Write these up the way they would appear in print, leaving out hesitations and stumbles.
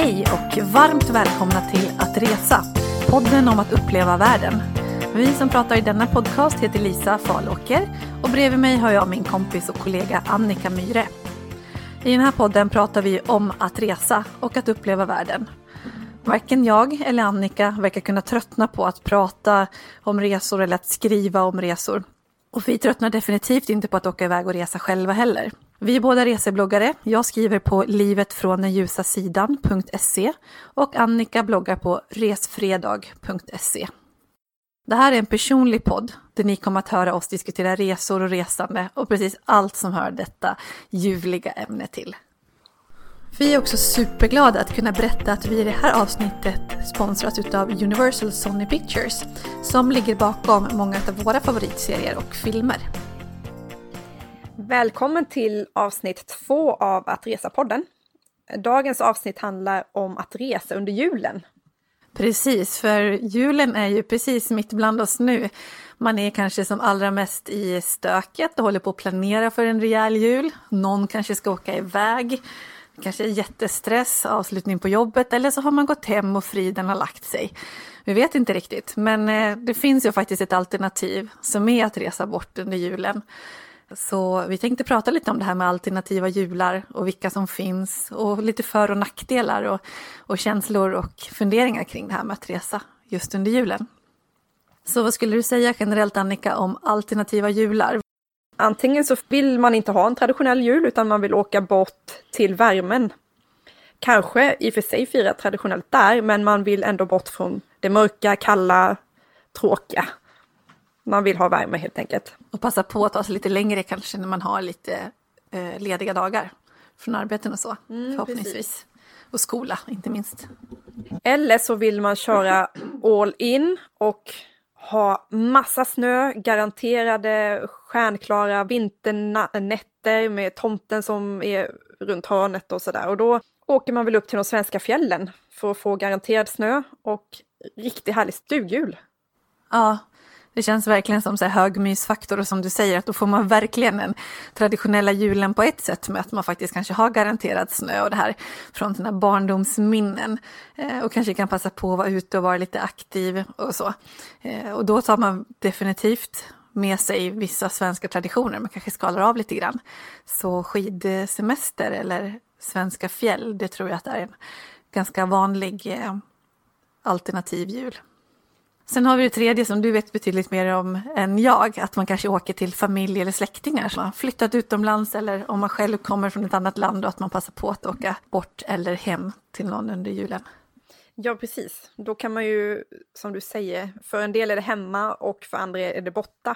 Hej och varmt välkomna till Att resa, podden om att uppleva världen. Vi som pratar i denna podcast heter Lisa Falåker och bredvid mig har jag min kompis och kollega Annika Myhre. I den här podden pratar vi om att resa och att uppleva världen. Varken jag eller Annika verkar kunna tröttna på att prata om resor eller att skriva om resor. Och vi tröttnar definitivt inte på att åka iväg och resa själva heller. Vi är båda resebloggare. Jag skriver på livetfråndenljusasidan.se och Annika bloggar på resfredag.se. Det här är en personlig podd där ni kommer att höra oss diskutera resor och resande och precis allt som hör detta ljuvliga ämne till. Vi är också superglada att kunna berätta att vi i det här avsnittet sponsras utav Universal Sony Pictures som ligger bakom många av våra favoritserier och filmer. Välkommen till avsnitt 2 av Att resa-podden. Dagens avsnitt handlar om att resa under julen. Precis, för julen är ju precis mitt bland oss nu. Man är kanske som allra mest i stöket och håller på att planera för en rejäl jul. Någon kanske ska åka iväg. Kanske jättestress, avslutning på jobbet eller så har man gått hem och friden har lagt sig. Vi vet inte riktigt, men det finns ju faktiskt ett alternativ som är att resa bort under julen. Så vi tänkte prata lite om det här med alternativa jular och vilka som finns och lite för- och nackdelar och känslor och funderingar kring det här med att resa just under julen. Så vad skulle du säga generellt, Annika, om alternativa jular? Antingen så vill man inte ha en traditionell jul utan man vill åka bort till värmen. Kanske i och för sig fira traditionellt där, men man vill ändå bort från det mörka, kalla, tråkiga. Man vill ha värme helt enkelt. Och passa på att ta sig lite längre kanske när man har lite lediga dagar från arbeten och så, förhoppningsvis. Precis. Och skola, inte minst. Eller så vill man köra all in och ha massa snö, garanterade stjärnklara vinternätter med tomten som är runt hörnet och sådär. Och då åker man väl upp till de svenska fjällen för att få garanterad snö och riktigt härlig stugjul. Ja, det känns verkligen som så här högmysfaktor och som du säger att då får man verkligen en traditionella julen på ett sätt med att man faktiskt kanske har garanterad snö och det här från sina barndomsminnen och kanske kan passa på att vara ute och vara lite aktiv och så. Och då tar man definitivt med sig vissa svenska traditioner, man kanske skalar av lite grann. Så skidsemester eller svenska fjäll, det tror jag att det är en ganska vanlig alternativ jul. Sen har vi det tredje som du vet betydligt mer om än jag, att man kanske åker till familj eller släktingar som har flyttat utomlands eller om man själv kommer från ett annat land och att man passar på att åka bort eller hem till någon under julen. Ja, precis. Då kan man ju, som du säger, för en del är det hemma och för andra är det borta.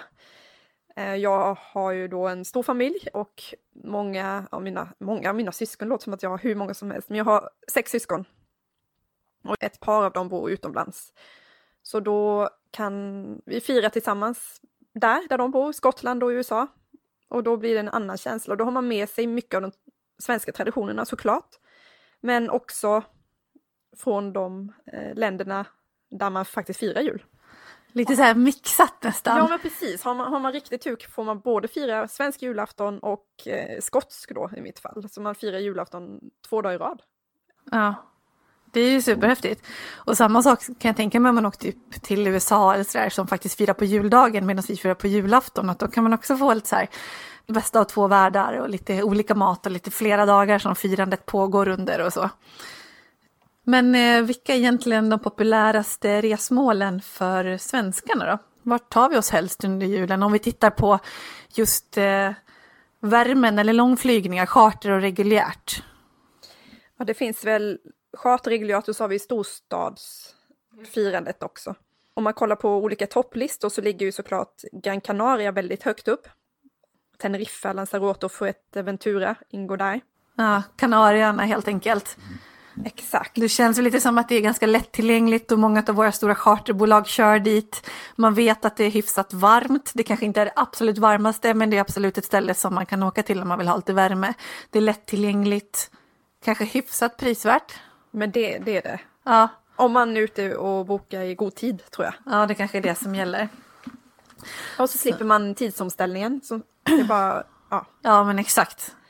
Jag har ju då en stor familj och många av mina syskon, låter som att jag har hur många som helst, men jag har 6 syskon. Och ett par av dem bor utomlands. Så då kan vi fira tillsammans där de bor, Skottland och USA. Och då blir det en annan känsla. Och då har man med sig mycket av de svenska traditionerna såklart. Men också från de länderna där man faktiskt firar jul. Lite så här mixat nästan. Ja, men precis. Har man riktigt tur får man både fira svensk julafton och skotsk då i mitt fall. Så man firar julafton 2 dagar i rad. Ja. Det är ju superhäftigt. Och samma sak kan jag tänka mig om man åker typ till USA eller sådär som faktiskt firar på juldagen medan vi firar på julafton. Att då kan man också få lite så här det bästa av 2 världar och lite olika mat och lite flera dagar som firandet pågår under och så. Men vilka är egentligen de populäraste resmålen för svenskarna då? Vart tar vi oss helst under julen? Om vi tittar på just värmen eller långflygningar, charter och reguljärt. Ja, det finns väl charterreguljärt och så har vi storstadsfirandet också. Om man kollar på olika topplistor så ligger ju såklart Gran Canaria väldigt högt upp. Teneriffa, Lanzarote och Fuerteventura ingår där. Ja, Kanarieöarna helt enkelt. Exakt. Det känns väl lite som att det är ganska lättillgängligt och många av våra stora charterbolag kör dit. Man vet att det är hyfsat varmt. Det kanske inte är det absolut varmaste men det är absolut ett ställe som man kan åka till om man vill ha lite värme. Det är lättillgängligt. Kanske hyfsat prisvärt. Men det är det. Ja. Om man är ute och bokar i god tid tror jag. Ja, det kanske är det som gäller. Och så slipper man tidsomställningen. Så det är bara, ja, men exakt.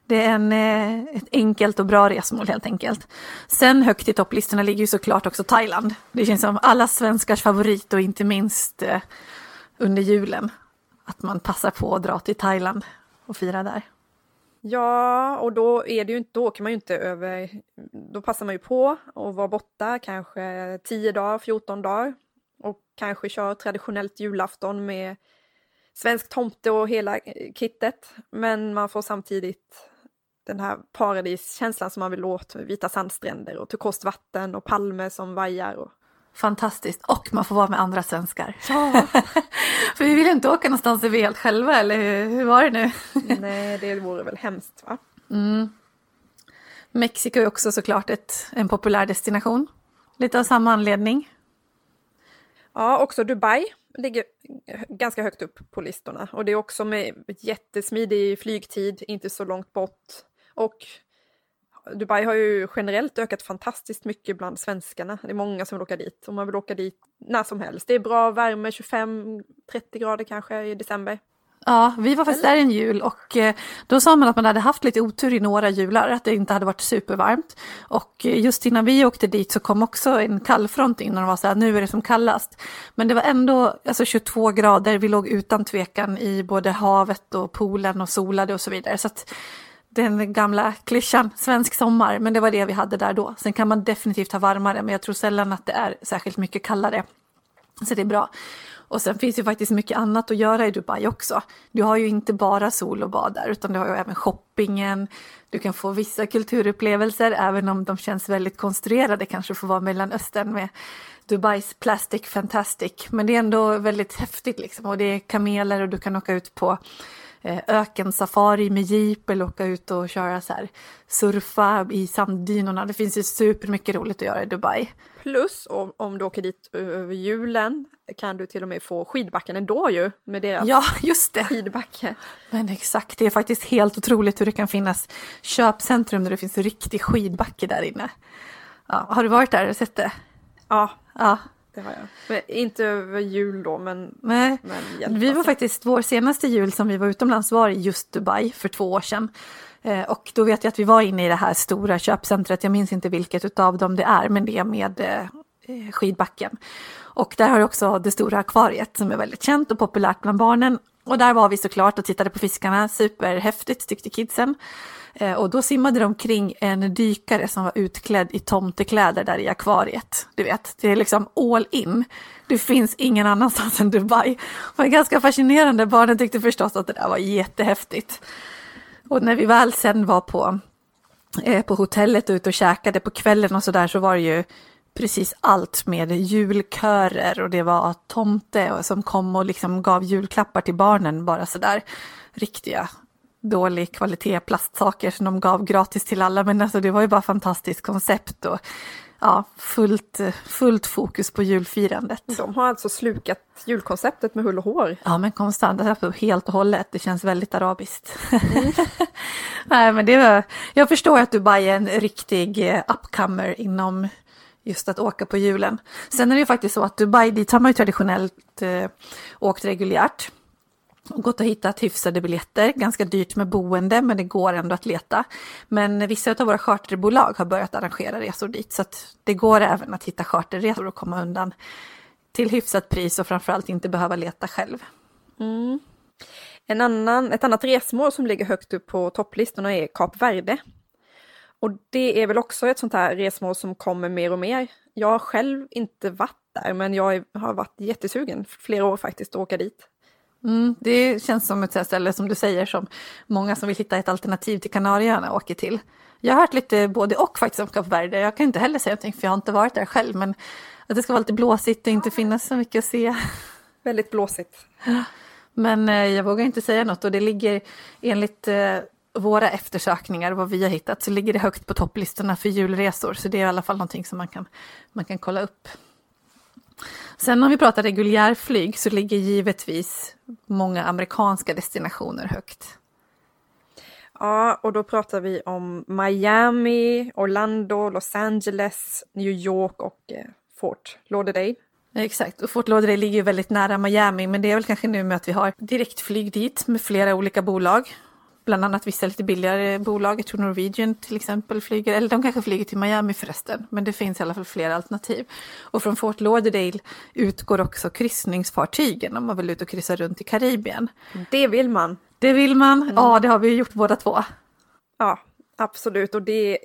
Det är ett enkelt och bra resmål helt enkelt. Sen högt i topplistorna ligger ju såklart också Thailand. Det känns som alla svenskars favorit och inte minst under julen. Att man passar på att dra till Thailand och fira där. Ja, och då är det ju inte, då åker man ju inte över, då passar man ju på att vara borta kanske 10 dagar, 14 dagar. Och kanske kör traditionellt julafton med svensk tomte och hela kittet. Men man får samtidigt den här paradiskänslan som man vill åt, med vita sandstränder och turkost vatten och palmer som vajar. Fantastiskt. Och man får vara med andra svenskar. Ja. För vi vill inte åka någonstans där vi är helt själva, eller hur var det nu? Nej, det vore väl hemskt, va? Mexiko är också såklart en populär destination. Lite av samma anledning. Ja, också Dubai ligger ganska högt upp på listorna. Och det är också med jättesmidig flygtid, inte så långt bort. Och Dubai har ju generellt ökat fantastiskt mycket bland svenskarna. Det är många som vill åka dit. Och man vill åka dit när som helst. Det är bra värme, 25-30 grader kanske i december. Ja, vi var faktiskt där en jul och då sa man att man hade haft lite otur i några jular, att det inte hade varit supervarmt. Och just innan vi åkte dit så kom också en kallfront in och det var så här, nu är det som kallast. Men det var ändå 22 grader, vi låg utan tvekan i både havet och poolen och solade och så vidare. Så att den gamla klyschan, svensk sommar, men det var det vi hade där då. Sen kan man definitivt ha varmare, men jag tror sällan att det är särskilt mycket kallare. Så det är bra. Och sen finns ju faktiskt mycket annat att göra i Dubai också. Du har ju inte bara sol och bad där, utan du har ju även shoppingen. Du kan få vissa kulturupplevelser, även om de känns väldigt konstruerade, kanske får vara Mellanöstern med Dubais Plastic Fantastic. Men det är ändå väldigt häftigt liksom. Och det är kameler och du kan åka ut på ökensafari med jeep eller åka ut och köra så här, surfa i sanddynorna. Det finns ju supermycket roligt att göra i Dubai. Plus om du åker dit över julen kan du till och med få skidbacken ändå ju med deras just det. Skidbacke. Men exakt, det är faktiskt helt otroligt hur det kan finnas köpcentrum där det finns riktig skidbacke där inne. Ja, har du varit där och sett det? Ja. Ja. Det har jag. Men inte över jul då, men... Nej, vi var faktiskt, vår senaste jul som vi var utomlands var i just Dubai för 2 år sedan. Och då vet jag att vi var inne i det här stora köpcentret, jag minns inte vilket utav dem det är, men det är med skidbacken. Och där har du också det stora akvariet som är väldigt känt och populärt bland barnen. Och där var vi såklart och tittade på fiskarna, superhäftigt tyckte kidsen. Och då simmade de kring en dykare som var utklädd i tomtekläder där i akvariet. Du vet, det är liksom all in. Det finns ingen annanstans än Dubai. Det var ganska fascinerande. Barnen tyckte förstås att det där var jättehäftigt. Och när vi väl sen var på hotellet och ute och käkade på kvällen och sådär, så var det ju precis allt med julkörer och det var tomte som kom och liksom gav julklappar till barnen, bara sådär riktiga dålig kvalitet plastsaker som de gav gratis till alla, men alltså det var ju bara fantastiskt koncept och ja, fullt fokus på julfirandet. De har alltså slukat julkonceptet med hull och hår. Ja, men konstant, alltså helt och hållet. Det känns väldigt arabiskt. Nej, men det var, jag förstår att Dubai är en riktig upcomer inom just att åka på julen. Sen är det ju faktiskt så att Dubai, dit har man ju traditionellt åkt reguljärt. Och gått och hittat hyfsade biljetter, ganska dyrt med boende, men det går ändå att leta. Men vissa av våra charterbolag har börjat arrangera resor dit, så att det går även att hitta charterresor och komma undan till hyfsat pris och framförallt inte behöva leta själv. Mm. Ett annat resmål som ligger högt upp på topplistorna är Kap Verde. Och det är väl också ett sånt här resmål som kommer mer och mer. Jag har själv inte varit där, men jag har varit jättesugen flera år faktiskt att åka dit. Det känns som ett ställe som du säger som många som vill hitta ett alternativ till Kanarieöarna åker till. Jag har hört lite både och faktiskt om Kap Verde. Jag kan inte heller säga någonting för jag har inte varit där själv, men att det ska vara lite blåsigt och inte finnas så mycket att se. Väldigt blåsigt. Men jag vågar inte säga något och det ligger enligt våra eftersökningar och vad vi har hittat så ligger det högt på topplistorna för julresor, så det är i alla fall någonting som man kan kolla upp. Sen om vi pratar reguljärflyg så ligger givetvis många amerikanska destinationer högt. Ja, och då pratar vi om Miami, Orlando, Los Angeles, New York och Fort Lauderdale. Exakt, och Fort Lauderdale ligger ju väldigt nära Miami, men det är väl kanske nu med att vi har direktflyg dit med flera olika bolag. bland annat vissa lite billigare bolag. Jag tror Norwegian till exempel flyger, eller de kanske flyger till Miami förresten. Men det finns i alla fall flera alternativ. Och från Fort Lauderdale utgår också kryssningsfartygen om man vill ut och kryssa runt i Karibien. Det vill man. Det vill man. Ja, det har vi gjort båda två. Ja, absolut. Och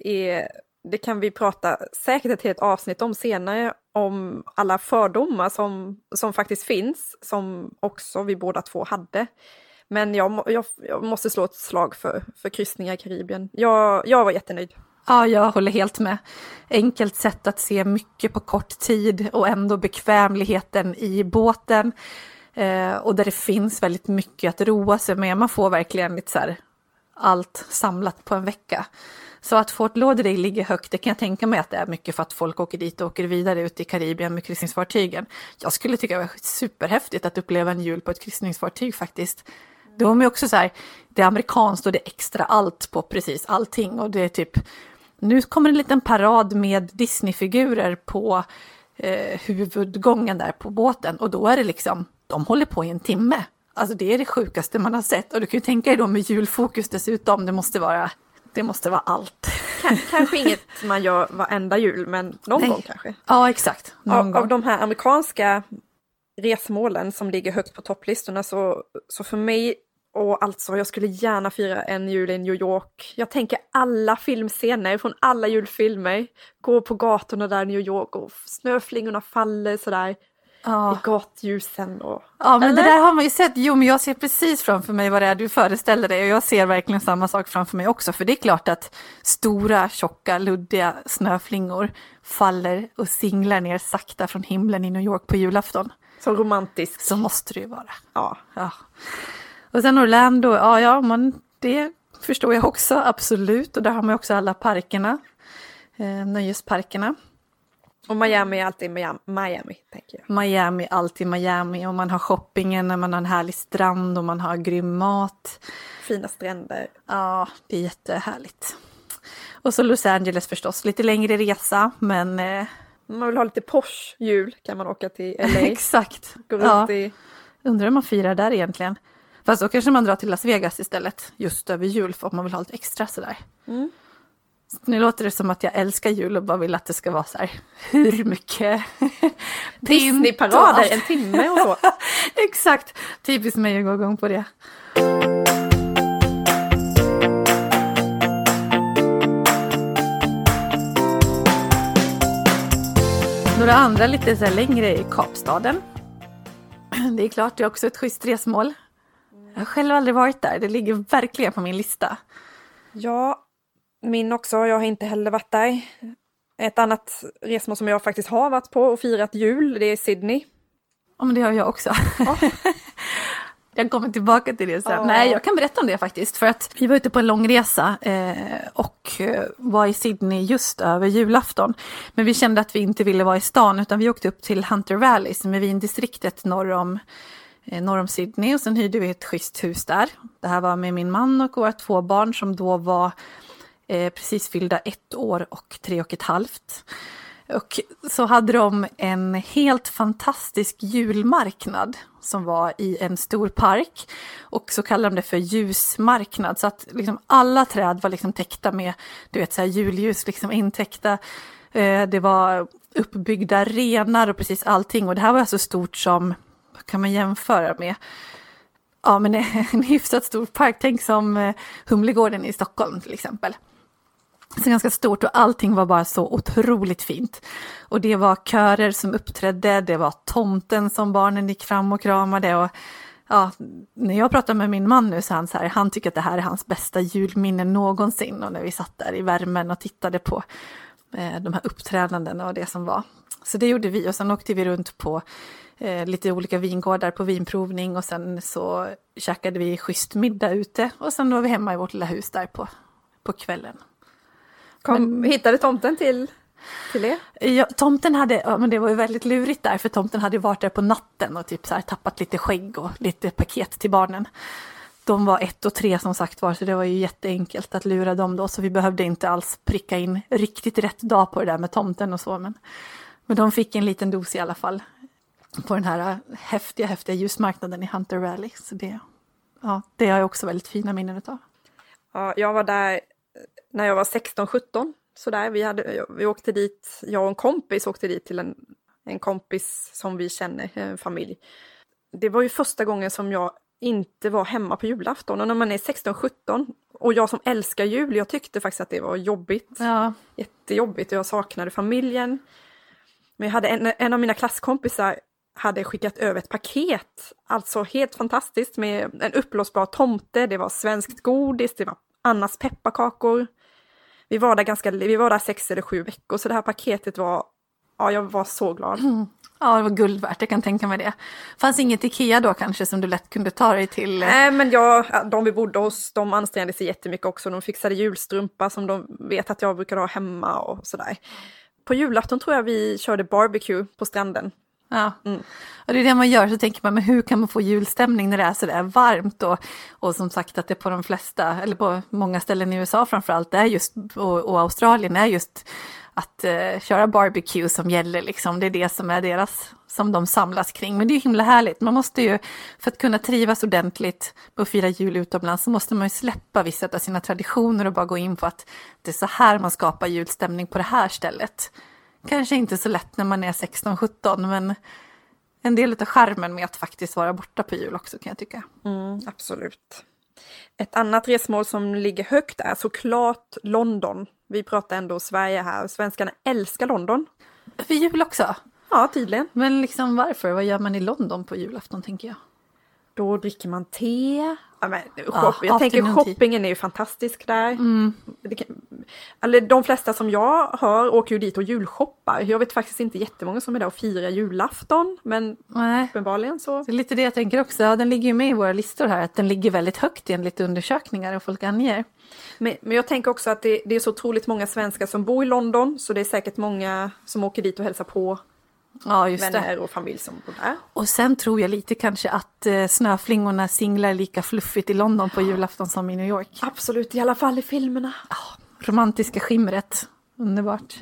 det kan vi prata säkert ett helt avsnitt om senare, om alla fördomar som faktiskt finns, som också vi båda två hade. Men jag måste slå ett slag för kryssningar i Karibien. Jag var jättenöjd. Ja, jag håller helt med. Enkelt sätt att se mycket på kort tid och ändå bekvämligheten i båten. Och där det finns väldigt mycket att roa sig med. Man får verkligen lite så här, allt samlat på en vecka. Så att Fort Lauderdale ligger högt, det kan jag tänka mig att det är mycket för att folk åker dit och åker vidare ut i Karibien med kryssningsfartygen. Jag skulle tycka det var superhäftigt att uppleva en jul på ett kryssningsfartyg faktiskt. De är också så här, det är amerikanskt och det är extra allt på precis allting. Och det är typ, nu kommer en liten parad med Disney-figurer på huvudgången där på båten. Och då är det liksom, de håller på i en timme. Alltså det är det sjukaste man har sett. Och du kan ju tänka dig då med julfokus dessutom, det måste vara allt. Kanske inget man gör varenda jul, men någon gång kanske. Ja, exakt. Av de här amerikanska resmålen som ligger högt på topplistorna, så för mig, och alltså jag skulle gärna fira en jul i New York. Jag tänker alla filmscener från alla julfilmer. Gå på gatorna där i New York och snöflingorna faller sådär. I gatljusen och... Ja, men det där har man ju sett. Jo, men jag ser precis framför mig vad det är du föreställer dig. Och jag ser verkligen samma sak framför mig också. För det är klart att stora, tjocka, luddiga snöflingor faller och singlar ner sakta från himlen i New York på julafton. Så romantiskt. Så måste det ju vara. Ja. Och sen Orlando, det förstår jag också, absolut. Och där har man också alla parkerna, nöjesparkerna. Och Miami är alltid Miami, tänker jag. Miami, alltid Miami. Och man har shoppingen när man har en härlig strand och man har grym mat. Fina stränder. Ja, det är jättehärligt. Och så Los Angeles förstås, lite längre resa, men... Man vill ha lite Porsche-jul, kan man åka till LA. Exakt. Gå runt i... Undrar om man firar där egentligen. Fast då kanske man drar till Las Vegas istället, just över jul, för att man vill ha lite extra sådär. Mm. Nu låter det som att jag älskar jul och bara vill att det ska vara så här, hur mycket Disney-parader, en timme och så. Exakt, typiskt mig att gå igång på det. Några andra lite så här längre i Kapstaden. Det är klart, det är också ett schysst resmål. Jag har själv aldrig varit där, det ligger verkligen på min lista. Ja, min också, jag har inte heller varit där. Ett annat resmål som jag faktiskt har varit på och firat jul, det är Sydney. Ja, men det har jag också. Ja. Jag kommer tillbaka till det sen. Ja. Nej, jag kan berätta om det faktiskt. För att vi var ute på en lång resa och var i Sydney just över julafton. Men vi kände att vi inte ville vara i stan, utan vi åkte upp till Hunter Valley som är vindistriktet norr om Sydney. Och sen hyrde vi ett schysst hus där. Det här var med min man och våra 2 barn som då var precis fyllda 1 år och 3,5. Och så hade de en helt fantastisk julmarknad som var i en stor park. Och så kallade de det för ljusmarknad. Så att liksom alla träd var liksom täckta med, du vet, så här julljus liksom intäckta. Det var uppbyggda renar och precis allting. Och det här var så stort som, vad kan man jämföra med? Ja, men en hyfsat stor park. Tänk som Humlegården i Stockholm till exempel. Så ganska stort och allting var bara så otroligt fint. Och det var körer som uppträdde, det var tomten som barnen gick fram och kramade. Och ja, när jag pratar med min man nu så är han så här, han tycker att det här är hans bästa julminne någonsin. Och när vi satt där i värmen och tittade på de här uppträdandena och det som var. Så det gjorde vi och sen åkte vi runt på lite olika vingårdar på vinprovning. Och sen så käkade vi schysst middag ute och sen var vi hemma i vårt lilla hus där på kvällen. Hittade tomten till er? Ja, tomten hade, men det var ju väldigt lurigt där, för tomten hade varit där på natten och typ så här tappat lite skägg och lite paket till barnen. De var 1 och 3 som sagt var, så det var ju jätteenkelt att lura dem då, så vi behövde inte alls pricka in riktigt rätt dag på det där med tomten och så, men de fick en liten dos i alla fall på den här häftiga ljusmarknaden i Hunter Valley, så det har jag också väldigt fina minnen av. Ja, jag var där när jag var 16-17. Sådär. Vi åkte dit, jag och en kompis åkte dit till en kompis som vi känner, en familj. Det var ju första gången som jag inte var hemma på julafton. Och när man är 16-17 och jag som älskar jul, jag tyckte faktiskt att det var jobbigt. Ja. Jättejobbigt och jag saknade familjen. Men jag hade en av mina klasskompisar hade skickat över ett paket. Alltså helt fantastiskt med en uppblåsbar tomte, det var svenskt godis, det var Annas pepparkakor. Vi var där 6 eller 7 veckor, så det här paketet var, ja, jag var så glad. Ja, det var guld värt, jag kan tänka mig det. Fanns inget Ikea då kanske som du lätt kunde ta dig till? Nej, men de vi bodde hos, de ansträngde sig jättemycket också. De fixade julstrumpa som de vet att jag brukar ha hemma och sådär. På julafton tror jag vi körde barbecue på stranden. Ja, och det är det man gör, så tänker man, men hur kan man få julstämning när det är så där varmt och som sagt att det på de flesta, eller på många ställen i USA framförallt, är just, och Australien är just att köra barbecue som gäller liksom, det är det som är deras, som de samlas kring. Men det är ju himla härligt, man måste ju, för att kunna trivas ordentligt och fira jul utomlands, så måste man ju släppa vissa av sina traditioner och bara gå in på att det är så här man skapar julstämning på det här stället. Kanske inte så lätt när man är 16-17, men en del av charmen med att faktiskt vara borta på jul också, kan jag tycka. Absolut. Ett annat resmål som ligger högt är såklart London. Vi pratar ändå Sverige här. Svenskarna älskar London. För jul också? Ja, tydligen. Men liksom varför? Vad gör man i London på julafton, tänker jag? Då dricker man te. Ja, men, jag tänker shoppingen är ju fantastisk där. Eller de flesta som jag hör åker ju dit och julshoppar. Jag vet faktiskt inte jättemånga som är där och firar julafton. Men uppenbarligen så. Det är lite det jag tänker också. Ja, den ligger ju med i våra listor här. Att den ligger väldigt högt enligt undersökningar och folk anger. Men jag tänker också att det är så otroligt många svenskar som bor i London. Så det är säkert många som åker dit och hälsar på. Ja, just vänner det. Och familj som bor där. Och sen tror jag lite kanske att snöflingorna singlar lika fluffigt i London på julafton som i New York. Absolut, i alla fall i filmerna. Romantiska skimret. Underbart.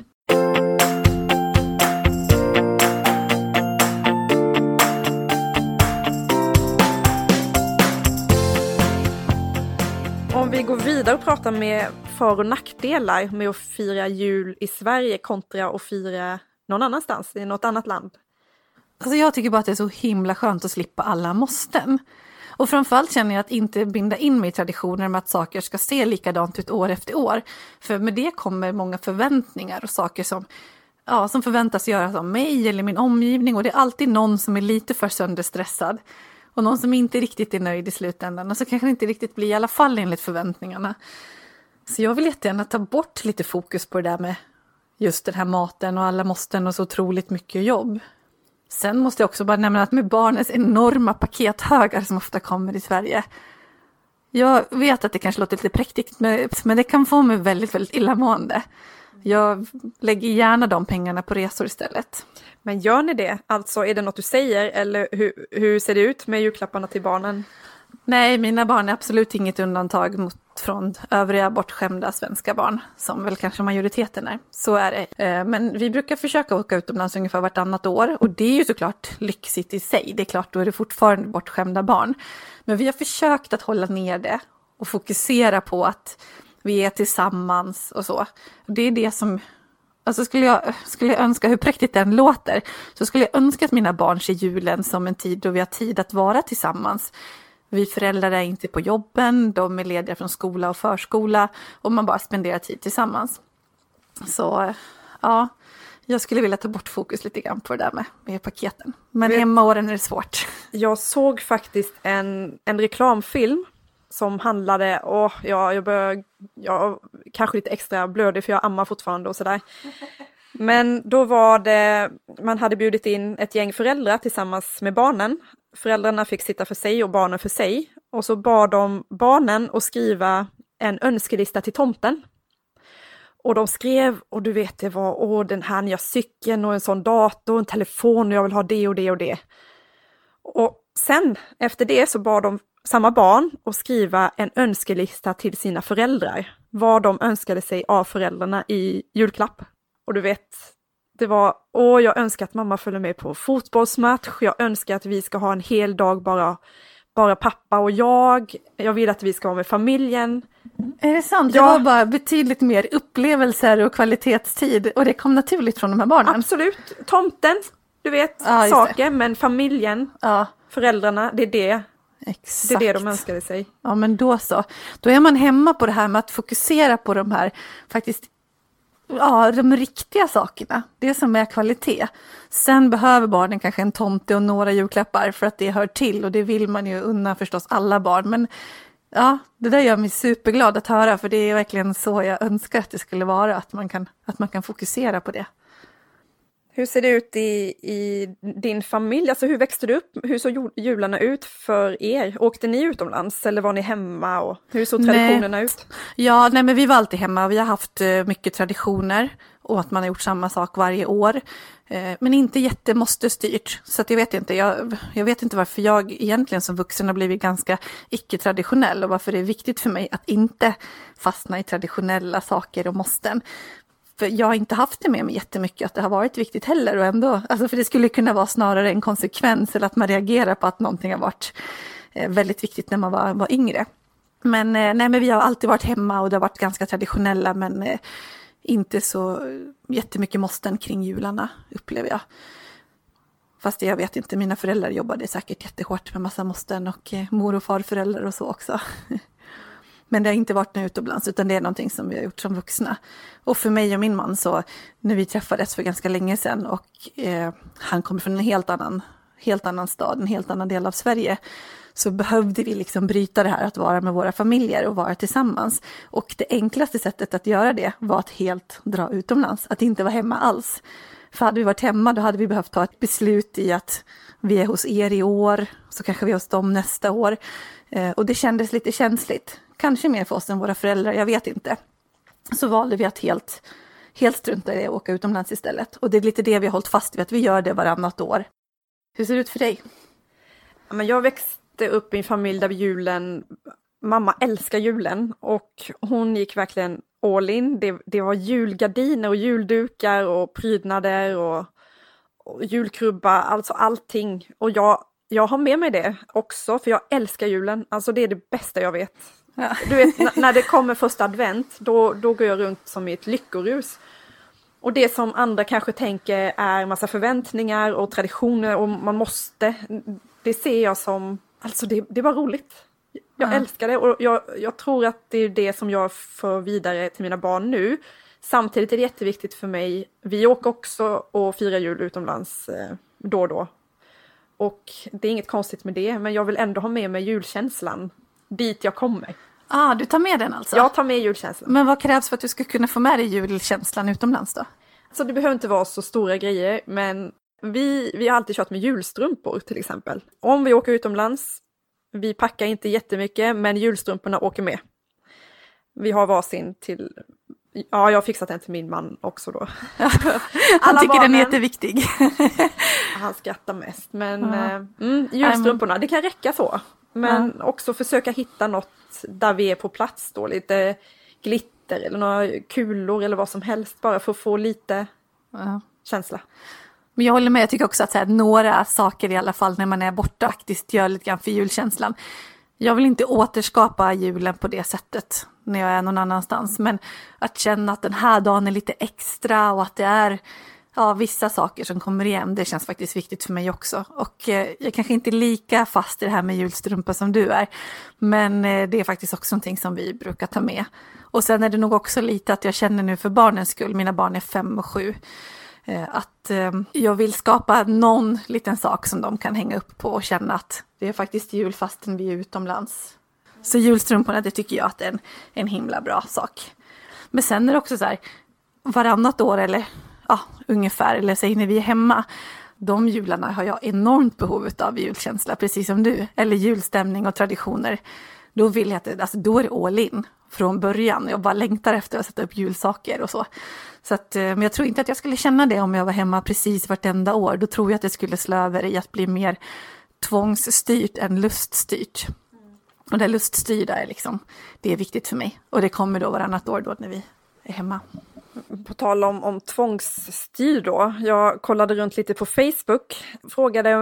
Om vi går vidare och pratar med för- och nackdelar med att fira jul i Sverige kontra att fira någon annanstans, i något annat land. Alltså jag tycker bara att det är så himla skönt att slippa alla måsten. Och framförallt känner jag att inte binda in mig i traditioner med att saker ska se likadant ut år efter år. För med det kommer många förväntningar och saker som förväntas göras av mig eller min omgivning. Och det är alltid någon som är lite för sönderstressad. Och någon som inte riktigt är nöjd i slutändan. Och så kanske det inte riktigt blir i alla fall enligt förväntningarna. Så jag vill jättegärna ta bort lite fokus på det där med just den här maten och alla måsten och så otroligt mycket jobb. Sen måste jag också bara nämna att med barnens enorma pakethögar som ofta kommer i Sverige. Jag vet att det kanske låter lite präktigt, men det kan få mig väldigt, väldigt illamående. Jag lägger gärna de pengarna på resor istället. Men gör ni det? Alltså är det något du säger eller hur ser det ut med julklapparna till barnen? Nej, mina barn är absolut inget undantag från övriga bortskämda svenska barn, som väl kanske majoriteten är. Så är det. Men vi brukar försöka åka utomlands ungefär vartannat år, och det är ju såklart lyxigt i sig. Det är klart, då är det fortfarande bortskämda barn. Men vi har försökt att hålla ner det och fokusera på att vi är tillsammans och så. Det är det som... Alltså skulle jag önska, hur präktigt den låter, så skulle jag önska att mina barn ser julen som en tid då vi har tid att vara tillsammans. Vi föräldrar är inte på jobben, de är lediga från skola och förskola och man bara spenderar tid tillsammans. Så ja, jag skulle vilja ta bort fokus lite grann på det där med paketen. Men hemmaåren är det svårt. Jag såg faktiskt en reklamfilm som handlade, jag kanske lite extra blödig för jag ammar fortfarande och sådär. Men då var det, man hade bjudit in ett gäng föräldrar tillsammans med barnen. Föräldrarna fick sitta för sig och barnen för sig. Och så bad de barnen att skriva en önskelista till tomten. Och de skrev, och du vet det var, den här nya cykeln och en sån dator, en telefon och jag vill ha det och det och det. Och sen efter det så bad de samma barn att skriva en önskelista till sina föräldrar. Vad de önskade sig av föräldrarna i julklapp. Och du vet, det var, jag önskar att mamma följer med på fotbollsmatch. Jag önskar att vi ska ha en hel dag bara bara pappa och jag vill att vi ska vara med familjen. Är det sant? Ja. Det var bara betydligt mer upplevelser och kvalitetstid och det kom naturligt från de här barnen. Absolut, tomten, du vet, saker, men familjen, föräldrarna, det är det. Exakt. Det är det de önskade sig. Ja, men då så. Då är man hemma på det här med att fokusera på de här faktiskt, de riktiga sakerna. Det som är kvalitet. Sen behöver barnen kanske en tomte och några julklappar för att det hör till och det vill man ju unna förstås alla barn. Men ja, det där gör mig superglad att höra för det är verkligen så jag önskar att det skulle vara, att man kan fokusera på det. Hur ser det ut i din familj? Alltså hur växte du upp? Hur såg jularna ut för er? Åkte ni utomlands eller var ni hemma? Och hur såg traditionerna ut? Ja, men vi var alltid hemma. Vi har haft mycket traditioner och att man har gjort samma sak varje år. Men inte jättemåste styrt. Så att jag vet inte. Jag vet inte varför jag egentligen som vuxen har blivit ganska icke-traditionell och varför det är viktigt för mig att inte fastna i traditionella saker och måsten. För jag har inte haft det med mig jättemycket att det har varit viktigt heller och ändå, alltså för det skulle kunna vara snarare en konsekvens eller att man reagerar på att någonting har varit väldigt viktigt när man var yngre. Men vi har alltid varit hemma och det har varit ganska traditionella men inte så jättemycket måsten kring jularna upplever jag. Fast jag vet inte, mina föräldrar jobbade säkert jättehårt med massa måsten och mor- och farföräldrar och så också. Men det har inte varit något utomlands utan det är någonting som vi har gjort som vuxna. Och för mig och min man så när vi träffades för ganska länge sedan och han kommer från en helt annan stad, en helt annan del av Sverige. Så behövde vi liksom bryta det här att vara med våra familjer och vara tillsammans. Och det enklaste sättet att göra det var att helt dra utomlands, att inte vara hemma alls. För hade vi varit hemma då hade vi behövt ta ett beslut i att vi är hos er i år, så kanske vi är hos dem nästa år. Och det kändes lite känsligt. Kanske mer för oss än våra föräldrar, jag vet inte. Så valde vi att helt strunta i det och åka utomlands istället. Och det är lite det vi har hållit fast vid, att vi gör det varannat år. Hur ser det ut för dig? Men jag växte upp i en familj där mamma älskar julen och hon gick verkligen all in. Det var julgardiner och juldukar och prydnader och julkrubba, alltså allting. Och jag har med mig det också, för jag älskar julen. Alltså det är det bästa jag vet. Ja. Du vet, när det kommer första advent, då går jag runt som i ett lyckorus. Och det som andra kanske tänker är massa förväntningar och traditioner och man måste, det ser jag som, alltså det var roligt. Jag älskar det och jag tror att det är det som jag för vidare till mina barn nu. Samtidigt är det jätteviktigt för mig, vi åker också och firar jul utomlands då och då. Och det är inget konstigt med det, men jag vill ändå ha med mig julkänslan dit jag kommer. Du tar med den alltså? Jag tar med julkänslan. Men vad krävs för att du ska kunna få med dig julkänslan utomlands då? Så det behöver inte vara så stora grejer, men vi har alltid kört med julstrumpor till exempel. Om vi åker utomlands, vi packar inte jättemycket, men julstrumporna åker med. Vi har varsin till, jag har fixat en till min man också då. Han tycker den är jätteviktig. Han skrattar mest, men julstrumporna, det kan räcka så. Men också försöka hitta något där vi är på plats då, lite glitter eller några kulor eller vad som helst, bara för att få lite känsla. Men jag håller med, jag tycker också att så här, några saker i alla fall när man är borta faktiskt gör lite grann för julkänslan. Jag vill inte återskapa julen på det sättet när jag är någon annanstans, men att känna att den här dagen är lite extra och att det är vissa saker som kommer igen, det känns faktiskt viktigt för mig också. Och jag kanske inte är lika fast i det här med julstrumpor som du är, men det är faktiskt också någonting som vi brukar ta med. Och sen är det nog också lite att jag känner nu för barnens skull, mina barn är 5 och 7, att jag vill skapa någon liten sak som de kan hänga upp på och känna att det är faktiskt jul fastän vi är utomlands. Så julstrumporna, det tycker jag att det är en himla bra sak. Men sen är det också så här, varannat år eller ungefär, eller säg när vi är hemma, de jularna har jag enormt behov av julkänsla, precis som du, eller julstämning och traditioner. Då vill jag att då är det all in från början. Jag bara längtar efter att sätta upp julsaker och så. Så att, men jag tror inte att jag skulle känna det om jag var hemma precis vartenda år. Då tror jag att det skulle slå över i att bli mer tvångsstyrt än luststyrt. Och det luststyrda är liksom, det är viktigt för mig. Och det kommer då varannat år då när vi är hemma. På tal om tvångsstyr då. Jag kollade runt lite på Facebook. Frågade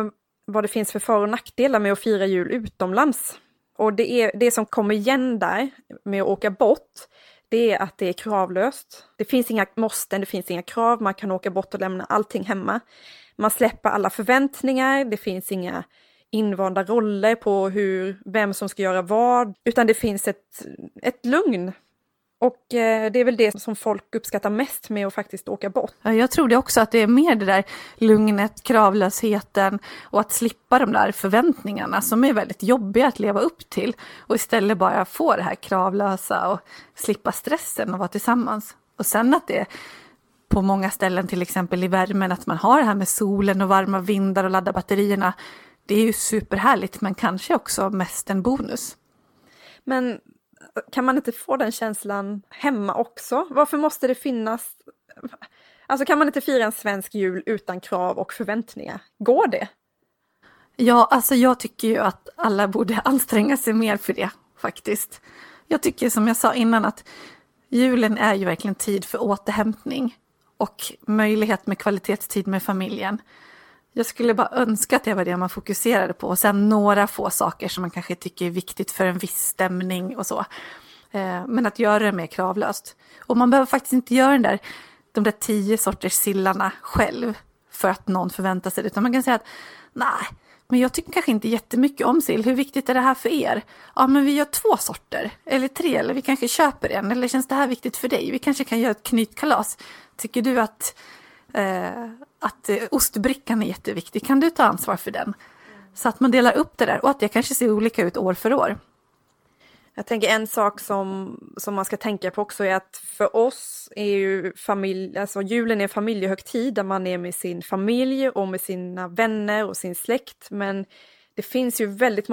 vad det finns för för- och nackdelar med att fira jul utomlands. Och det som kommer igen där med att åka bort, det är att det är kravlöst. Det finns inga måsten, det finns inga krav, man kan åka bort och lämna allting hemma. Man släpper alla förväntningar, det finns inga invanda roller på vem som ska göra vad, utan det finns ett lugn. Och det är väl det som folk uppskattar mest med att faktiskt åka bort. Ja, jag tror det också, att det är mer det där lugnet, kravlösheten och att slippa de där förväntningarna som är väldigt jobbiga att leva upp till. Och istället bara få det här kravlösa och slippa stressen och vara tillsammans. Och sen att det på många ställen, till exempel i värmen, att man har det här med solen och varma vindar och ladda batterierna. Det är ju superhärligt, men kanske också mest en bonus. Men kan man inte få den känslan hemma också? Varför måste det finnas... Alltså kan man inte fira en svensk jul utan krav och förväntningar? Går det? Ja, alltså jag tycker ju att alla borde anstränga sig mer för det, faktiskt. Jag tycker, som jag sa innan, att julen är ju verkligen tid för återhämtning och möjlighet med kvalitetstid med familjen. Jag skulle bara önska att det var det man fokuserade på. Och sen några få saker som man kanske tycker är viktigt för en viss stämning och så. Men att göra det mer kravlöst. Och man behöver faktiskt inte göra de där 10 sorters sillarna själv för att någon förväntar sig det. Utan man kan säga att nej, men jag tycker kanske inte jättemycket om sill. Hur viktigt är det här för er? Ja, men vi gör 2 sorter. Eller 3, eller vi kanske köper en. Eller känns det här viktigt för dig? Vi kanske kan göra ett knytkalas. Tycker du att ostbrickan är jätteviktig? Kan du ta ansvar för den? Så att man delar upp det där. Och att det kanske ser olika ut år för år. Jag tänker en sak som man ska tänka på också är att för oss är ju julen är en familjehögtid där man är med sin familj och med sina vänner och sin släkt. Men det finns ju väldigt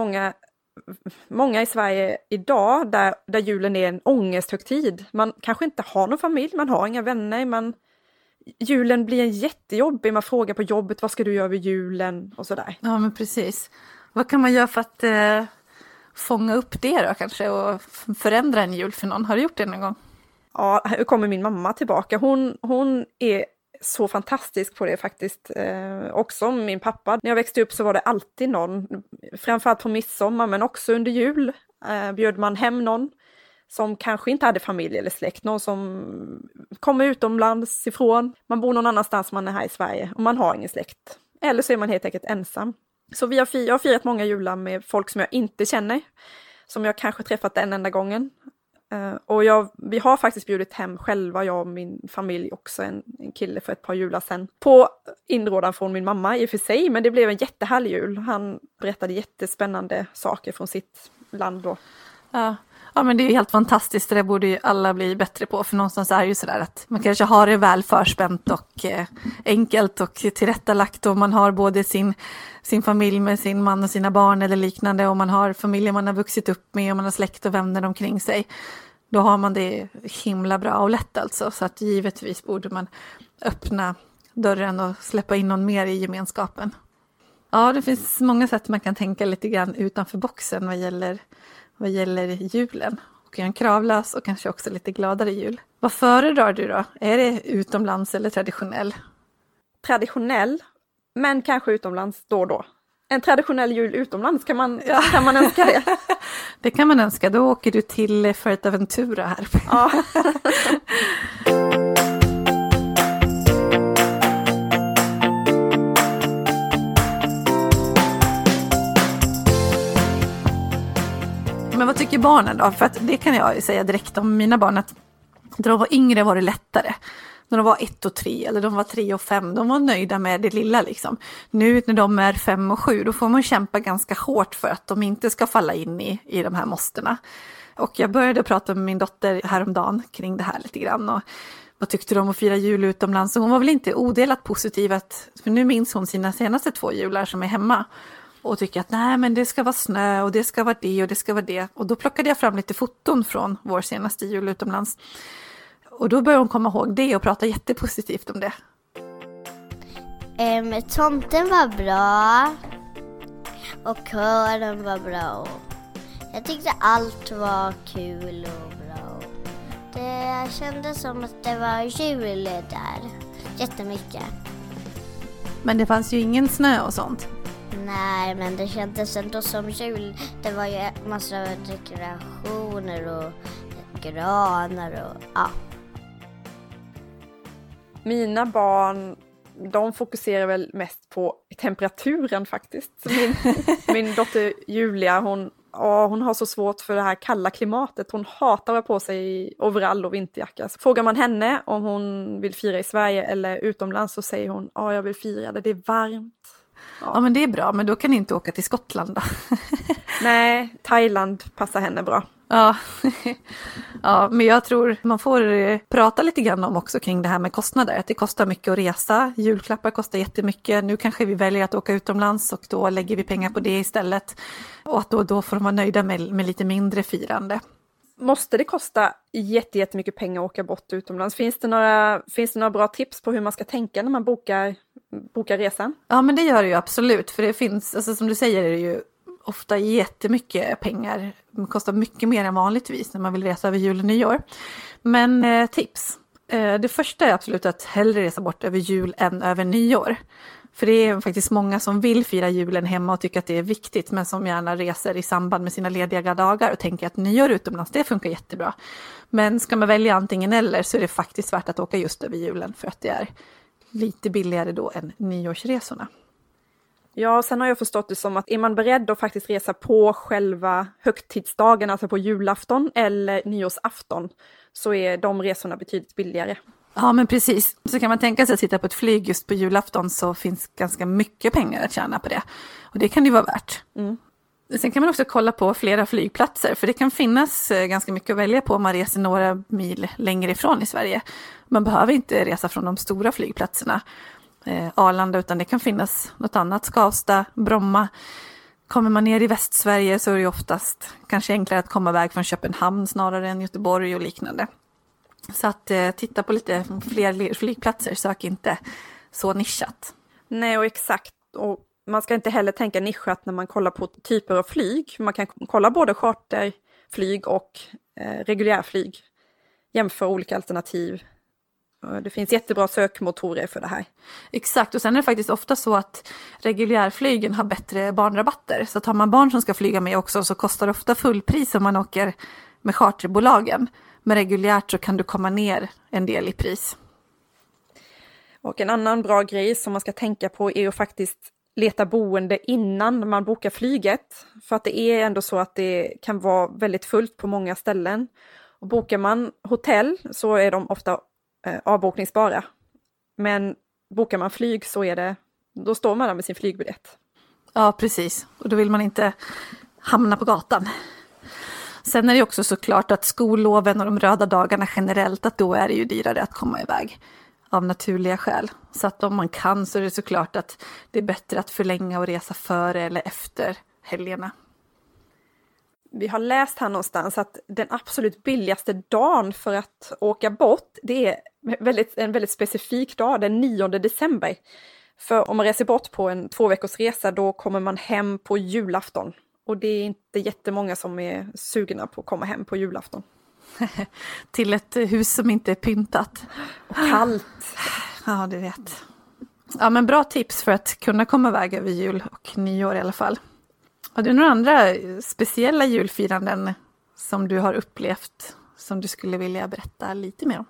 många i Sverige idag där julen är en ångesthögtid. Man kanske inte har någon familj, man har inga vänner, julen blir en jättejobbig, man frågar på jobbet, vad ska du göra vid julen och sådär. Ja, men precis. Vad kan man göra för att fånga upp det då kanske och förändra en jul för någon? Har du gjort det någon gång? Ja, här kommer min mamma tillbaka. Hon är så fantastisk på det faktiskt. Också min pappa. När jag växte upp så var det alltid någon, framförallt på midsommar men också under jul, bjöd man hem någon som kanske inte hade familj eller släkt. Någon som kommer utomlands ifrån. Man bor någon annanstans, man är här i Sverige och man har ingen släkt. Eller så är man helt enkelt ensam. Så jag har firat många jular med folk som jag inte känner. Som jag kanske träffat en enda gången. Och vi har faktiskt bjudit hem själva, jag och min familj också, en kille för ett par jular sedan. På inrådan från min mamma i och för sig, men det blev en jättehärlig jul. Han berättade jättespännande saker från sitt land då. Ja, men det är ju helt fantastiskt, det borde ju alla bli bättre på. För någonstans är det ju sådär att man kanske har det väl förspänt och enkelt och tillrättalagt. Och man har både sin familj med sin man och sina barn eller liknande. Och man har familjen man har vuxit upp med och man har släkt och vänner omkring sig. Då har man det himla bra och lätt alltså. Så att givetvis borde man öppna dörren och släppa in någon mer i gemenskapen. Ja, det finns många sätt man kan tänka lite grann utanför boxen vad gäller julen. Och en kravlös och kanske också lite gladare jul. Vad föredrar du då? Är det utomlands eller traditionell? Traditionell, men kanske utomlands då och då. En traditionell jul utomlands, kan man önska det? Det kan man önska, då åker du till Fuerteventura här. Ja. Men vad tycker barnen då? För att det kan jag säga direkt om mina barn, att när de var yngre var det lättare. När de var 1 och 3 eller de var 3 och 5, de var nöjda med det lilla liksom. Nu när de är 5 och 7, då får man kämpa ganska hårt för att de inte ska falla in i de här måsterna. Och jag började prata med min dotter häromdagen kring det här lite grann. Och vad tyckte de om att fira jul utomlands? Och hon var väl inte odelat positiv, för nu minns hon sina senaste 2 jular som är hemma. Och tycker att nej, men det ska vara snö och det ska vara det och det ska vara det. Och då plockade jag fram lite foton från vår senaste jul utomlands. Och då började hon komma ihåg det och prata jättepositivt om det. Tomten var bra. Och kören var bra. Jag tyckte allt var kul och bra. Det kändes som att det var jul där. Jättemycket. Men det fanns ju ingen snö och sånt. Nej, men det kändes ändå som jul. Det var ju massa dekorationer och granar och ja. Mina barn, de fokuserar väl mest på temperaturen faktiskt. Min dotter Julia, hon har så svårt för det här kalla klimatet. Hon hatar att ha på sig overall och vinterjacka. Så frågar man henne om hon vill fira i Sverige eller utomlands så säger hon, jag vill fira det är varmt. Ja, men det är bra, men då kan ni inte åka till Skottland då. Nej, Thailand passar henne bra. Ja. Ja, men jag tror man får prata lite grann om också kring det här med kostnader. Att det kostar mycket att resa, julklappar kostar jättemycket. Nu kanske vi väljer att åka utomlands och då lägger vi pengar på det istället. Och att då får de vara nöjda med lite mindre firande. Måste det kosta jättemycket pengar att åka bort utomlands? Finns det några bra tips på hur man ska tänka när man bokar resan? Ja, men det gör det ju absolut. För det finns, alltså, som du säger är det ju ofta jättemycket pengar. Det kostar mycket mer än vanligtvis när man vill resa över jul och nyår. Men tips. Det första är absolut att hellre resa bort över jul än över nyår. För det är faktiskt många som vill fira julen hemma och tycker att det är viktigt. Men som gärna reser i samband med sina lediga dagar och tänker att nyår utomlands, det funkar jättebra. Men ska man välja antingen eller så är det faktiskt värt att åka just över julen. För att det är lite billigare då än nyårsresorna. Ja, sen har jag förstått det som att är man beredd att faktiskt resa på själva högtidsdagen, alltså på julafton eller nyårsafton, så är de resorna betydligt billigare. Ja, men precis. Så kan man tänka sig att sitta på ett flyg just på julafton så finns ganska mycket pengar att tjäna på det. Och det kan det ju vara värt. Mm. Sen kan man också kolla på flera flygplatser, för det kan finnas ganska mycket att välja på om man reser några mil längre ifrån i Sverige. Man behöver inte resa från de stora flygplatserna. Arlanda, utan det kan finnas något annat, Skavsta, Bromma. Kommer man ner i Västsverige så är det oftast kanske enklare att komma iväg från Köpenhamn snarare än Göteborg och liknande. Så att titta på lite fler flygplatser, sök inte så nischat. Nej, och exakt. Och man ska inte heller tänka nischat när man kollar på typer av flyg. Man kan kolla både charterflyg och reguljärflyg. Jämför olika alternativ. Det finns jättebra sökmotorer för det här. Exakt, och sen är det faktiskt ofta så att reguljärflygen har bättre barnrabatter. Så tar man barn som ska flyga med också så kostar det ofta fullpris om man åker med charterbolagen. Men reguljärt så kan du komma ner en del i pris. Och en annan bra grej som man ska tänka på är att faktiskt leta boende innan man bokar flyget. För att det är ändå så att det kan vara väldigt fullt på många ställen. Och bokar man hotell så är de ofta avbokningsbara. Men bokar man flyg så då står man där med sin flygbiljett. Ja, precis. Och då vill man inte hamna på gatan. Sen är det också såklart att skolloven och de röda dagarna generellt, att då är det ju dyrare att komma iväg av naturliga skäl. Så att om man kan så är det såklart att det är bättre att förlänga och resa före eller efter helgerna. Vi har läst här någonstans att den absolut billigaste dagen för att åka bort, det är en väldigt specifik dag, den 9 december. För om man reser bort på en 2 veckors resa, då kommer man hem på julafton. Och det är inte jättemånga som är sugna på att komma hem på julafton. Till ett hus som inte är pyntat. Och kallt. Ja, du vet. Ja, men bra tips för att kunna komma iväg över jul och nyår i alla fall. Har du några andra speciella julfiranden som du har upplevt som du skulle vilja berätta lite mer om?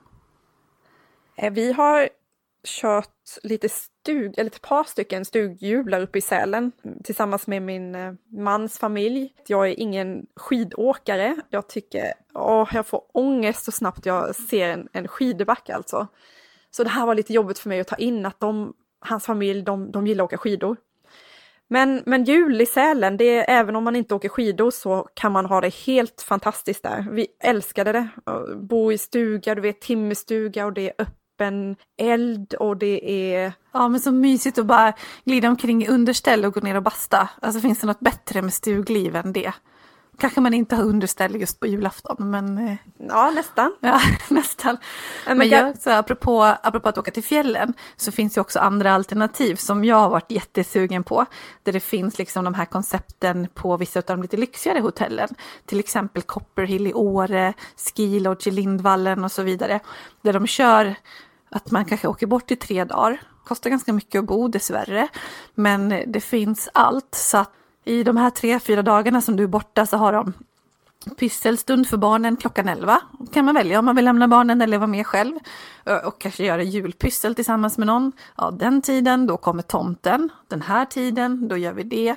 Vi har kört ett par stycken stugjular uppe i Sälen tillsammans med min mans familj. Jag är ingen skidåkare. Jag tycker jag får ångest så snabbt jag ser en skidbacke alltså. Så det här var lite jobbigt för mig att ta in att hans familj, de gillar att åka skidor. Men jul i Sälen, även om man inte åker skidor så kan man ha det helt fantastiskt där. Vi älskade det. Bo i stuga, du vet, timmerstuga och det är öppen eld och det är... Ja, men så mysigt att bara glida omkring i underställ och gå ner och basta. Alltså finns det något bättre med stugliv än det? Kanske man inte har underställ just på julafton, men... Ja, nästan. Ja, nästan. Men apropå att åka till fjällen så finns ju också andra alternativ som jag har varit jättesugen på. Där det finns liksom de här koncepten på vissa av de lite lyxigare hotellen. Till exempel Copperhill i Åre, Ski Lodge i Lindvallen och så vidare. Där de kör att man kanske åker bort i 3 dagar. kostar ganska mycket att bo dessvärre, men det finns allt. Så att i de här 3-4 dagarna som du är borta så har de pysselstund för barnen klockan 11. Kan man välja om man vill lämna barnen eller vara med själv. Och kanske göra julpyssel tillsammans med någon. Ja, den tiden, då kommer tomten. Den här tiden, då gör vi det.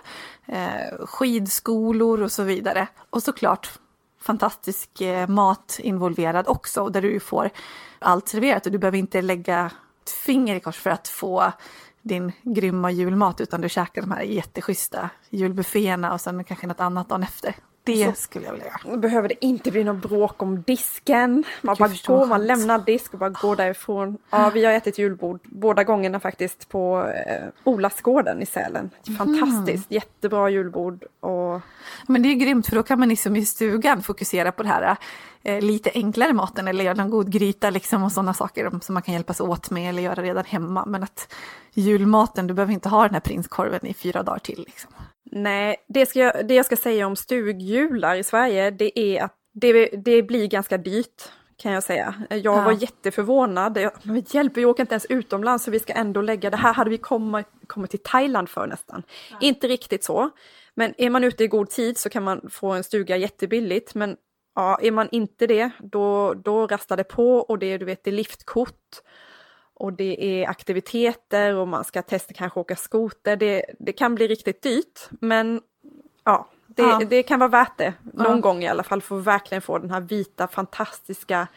Skidskolor och så vidare. Och såklart fantastisk mat involverad också. Där du får allt serverat. Och du behöver inte lägga ett finger i kors för att få din grymma julmat. Utan du käkar de här jätteschyssta julbufféerna och sen kanske något annat dagen efter. Det skulle jag vilja göra. Då behöver det inte bli något bråk om disken. Man lämnar disk och bara går därifrån. Ja, vi har ätit julbord båda gångerna faktiskt på Olasgården i Sälen. Fantastiskt, jättebra julbord. Men det är grymt, för då kan man liksom i stugan fokusera på det här lite enklare maten eller göra en god gryta liksom, och sådana saker som man kan hjälpas åt med eller göra redan hemma. Men att julmaten, du behöver inte ha den här prinskorven i 4 dagar till liksom. Nej, det jag ska säga om stugjular i Sverige, det är att det blir ganska dyrt, kan jag säga. Jag var jätteförvånad. Men vi åker inte ens utomlands, så vi ska ändå lägga det här. Hade vi kommit till Thailand för nästan. Ja. Inte riktigt så. Men är man ute i god tid så kan man få en stuga jättebilligt. Men ja, är man inte det, då rastar det på. Och det är liftkort. Och det är aktiviteter och man ska testa kanske åka skoter. Det kan bli riktigt dyrt, men ja, det kan vara värt det. Någon gång i alla fall, för att verkligen få den här vita, fantastiska...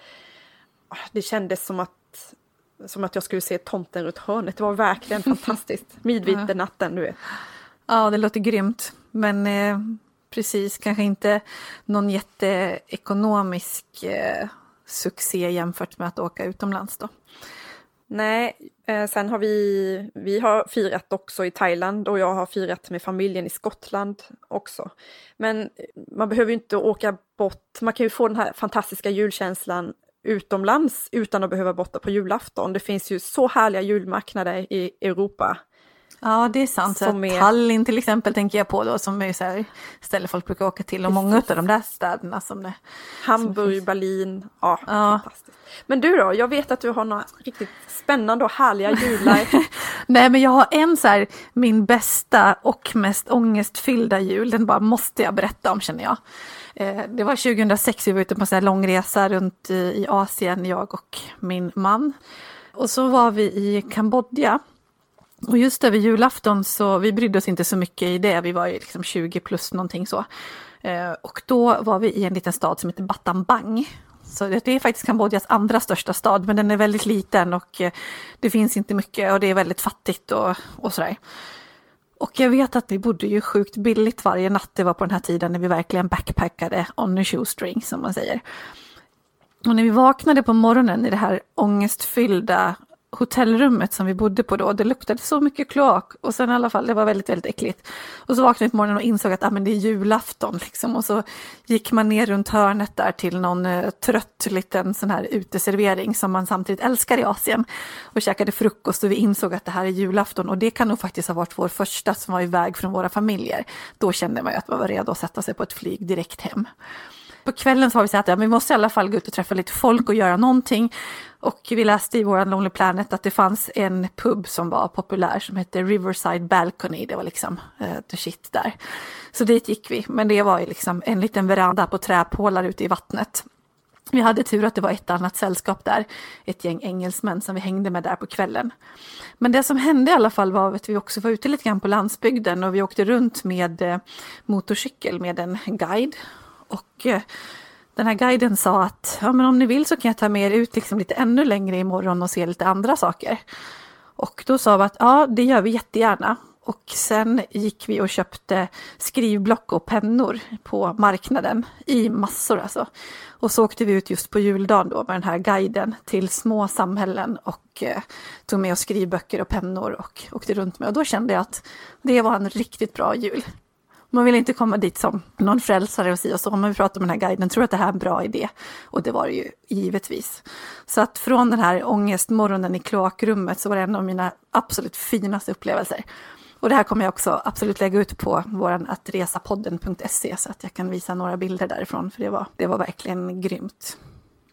Det kändes som att jag skulle se tomten runt hörnet. Det var verkligen fantastiskt. Midvinternatten, du vet. Ja, det låter grymt. Men precis, kanske inte någon jätteekonomisk succé jämfört med att åka utomlands då. Nej, sen har vi har firat också i Thailand och jag har firat med familjen i Skottland också. Men man behöver ju inte åka bort, man kan ju få den här fantastiska julkänslan utomlands utan att behöva borta på julafton. Det finns ju så härliga julmarknader i Europa. Ja, det är sant. Tallinn till exempel tänker jag på då, som är så här ställe folk brukar åka till, och många av de där städerna som det... Hamburg, Berlin, ja. Fantastiskt. Men du då, jag vet att du har några riktigt spännande och härliga jular. Nej, men jag har en så här, min bästa och mest ångestfyllda jul, den bara måste jag berätta om, känner jag. Det var 2006, vi var ute på en sån här lång resa runt i Asien, jag och min man. Och så var vi i Kambodja. Och just över julafton så vi brydde oss inte så mycket i det. Vi var ju liksom 20 plus någonting så. Och då var vi i en liten stad som heter Battambang. Så det är faktiskt Kambodjas andra största stad, men den är väldigt liten och det finns inte mycket och det är väldigt fattigt och sådär. Och jag vet att vi bodde ju sjukt billigt varje natt. Det var på den här tiden när vi verkligen backpackade on a shoestring, som man säger. Och när vi vaknade på morgonen i det här ångestfyllda hotellrummet som vi bodde på då, det luktade så mycket kloak, och sen i alla fall, det var väldigt, väldigt äckligt. Och så vaknade vi på morgonen och insåg att men det är julafton liksom, och så gick man ner runt hörnet där till någon trött liten sån här uteservering som man samtidigt älskar i Asien, och käkade frukost, och vi insåg att det här är julafton, och det kan nog faktiskt ha varit vår första som var iväg från våra familjer. Då kände man ju att man var redo att sätta sig på ett flyg direkt hem. På kvällen så har vi sagt att vi måste i alla fall gå ut och träffa lite folk och göra någonting. Och vi läste i vår Lonely Planet att det fanns en pub som var populär som hette Riverside Balcony. Det var liksom the shit där. Så dit gick vi. Men det var ju liksom en liten veranda på träpålar ute i vattnet. Vi hade tur att det var ett annat sällskap där. Ett gäng engelsmän som vi hängde med där på kvällen. Men det som hände i alla fall var att vi också var ute lite grann på landsbygden. Och vi åkte runt med motorcykel med en guide. Och den här guiden sa att men om ni vill så kan jag ta med er ut liksom lite ännu längre imorgon och se lite andra saker. Och då sa vi att det gör vi jättegärna. Och sen gick vi och köpte skrivblock och pennor på marknaden i massor alltså. Och så åkte vi ut just på juldagen då med den här guiden till små samhällen och tog med oss skrivböcker och pennor och åkte runt med. Och då kände jag att det var en riktigt bra jul. Man vill inte komma dit som någon frälsare och säga så, om vi pratar med den här guiden, tror att det här är en bra idé. Och det var det ju givetvis. Så att från den här ångestmorgonen i kloakrummet så var det en av mina absolut finaste upplevelser. Och det här kommer jag också absolut lägga ut på våran attresapodden.se så att jag kan visa några bilder därifrån, för det var verkligen grymt.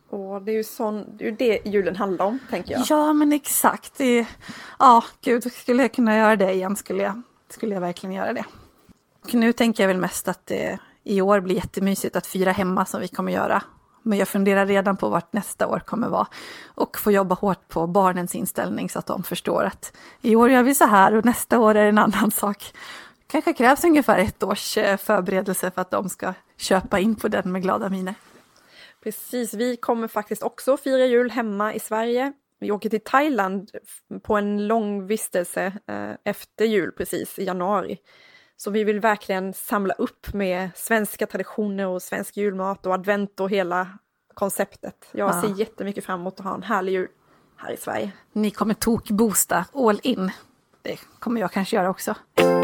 Och det är ju det julen handlar om, tänker jag. Ja, men exakt. Ja, gud, skulle jag kunna göra det igen skulle jag verkligen göra det. Och nu tänker jag väl mest att det i år blir jättemysigt att fira hemma som vi kommer göra. Men jag funderar redan på vart nästa år kommer vara. Och få jobba hårt på barnens inställning så att de förstår att i år gör vi så här och nästa år är det en annan sak. Kanske krävs ungefär 1 års förberedelse för att de ska köpa in på den med glada miner. Precis, vi kommer faktiskt också fira jul hemma i Sverige. Vi åker till Thailand på en lång vistelse efter jul precis i januari. Så vi vill verkligen samla upp med svenska traditioner och svensk julmat och advent och hela konceptet. Jag ser jättemycket fram emot att ha en härlig jul här i Sverige. Ni kommer tokboosta all in. Det kommer jag kanske göra också.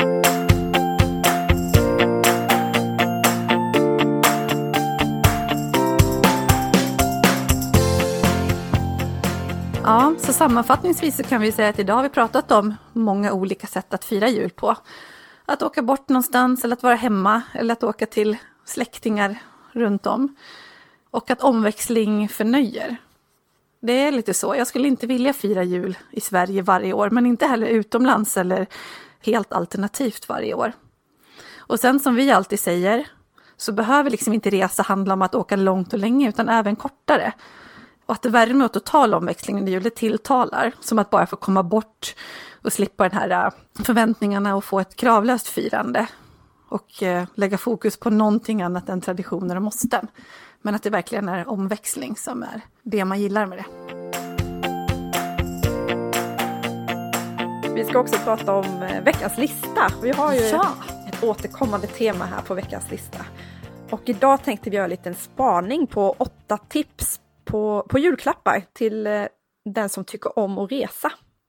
Ja, så sammanfattningsvis så kan vi säga att idag har vi pratat om många olika sätt att fira jul på. Att åka bort någonstans eller att vara hemma eller att åka till släktingar runt om. Och att omväxling förnöjer. Det är lite så. Jag skulle inte vilja fira jul i Sverige varje år, men inte heller utomlands eller helt alternativt varje år. Och sen som vi alltid säger så behöver liksom inte resa handla om att åka långt och länge utan även kortare. Och att värme och total omväxling under jul tilltalar, som att bara få komma bort och slippa den här förväntningarna och få ett kravlöst firande. Och lägga fokus på någonting annat än traditioner och måsten. Men att det verkligen är omväxling som är det man gillar med det. Vi ska också prata om veckans lista. Vi har ju ett återkommande tema här på veckans lista. Och idag tänkte vi göra en liten spaning på 8 tips på julklappar till den som tycker om att resa.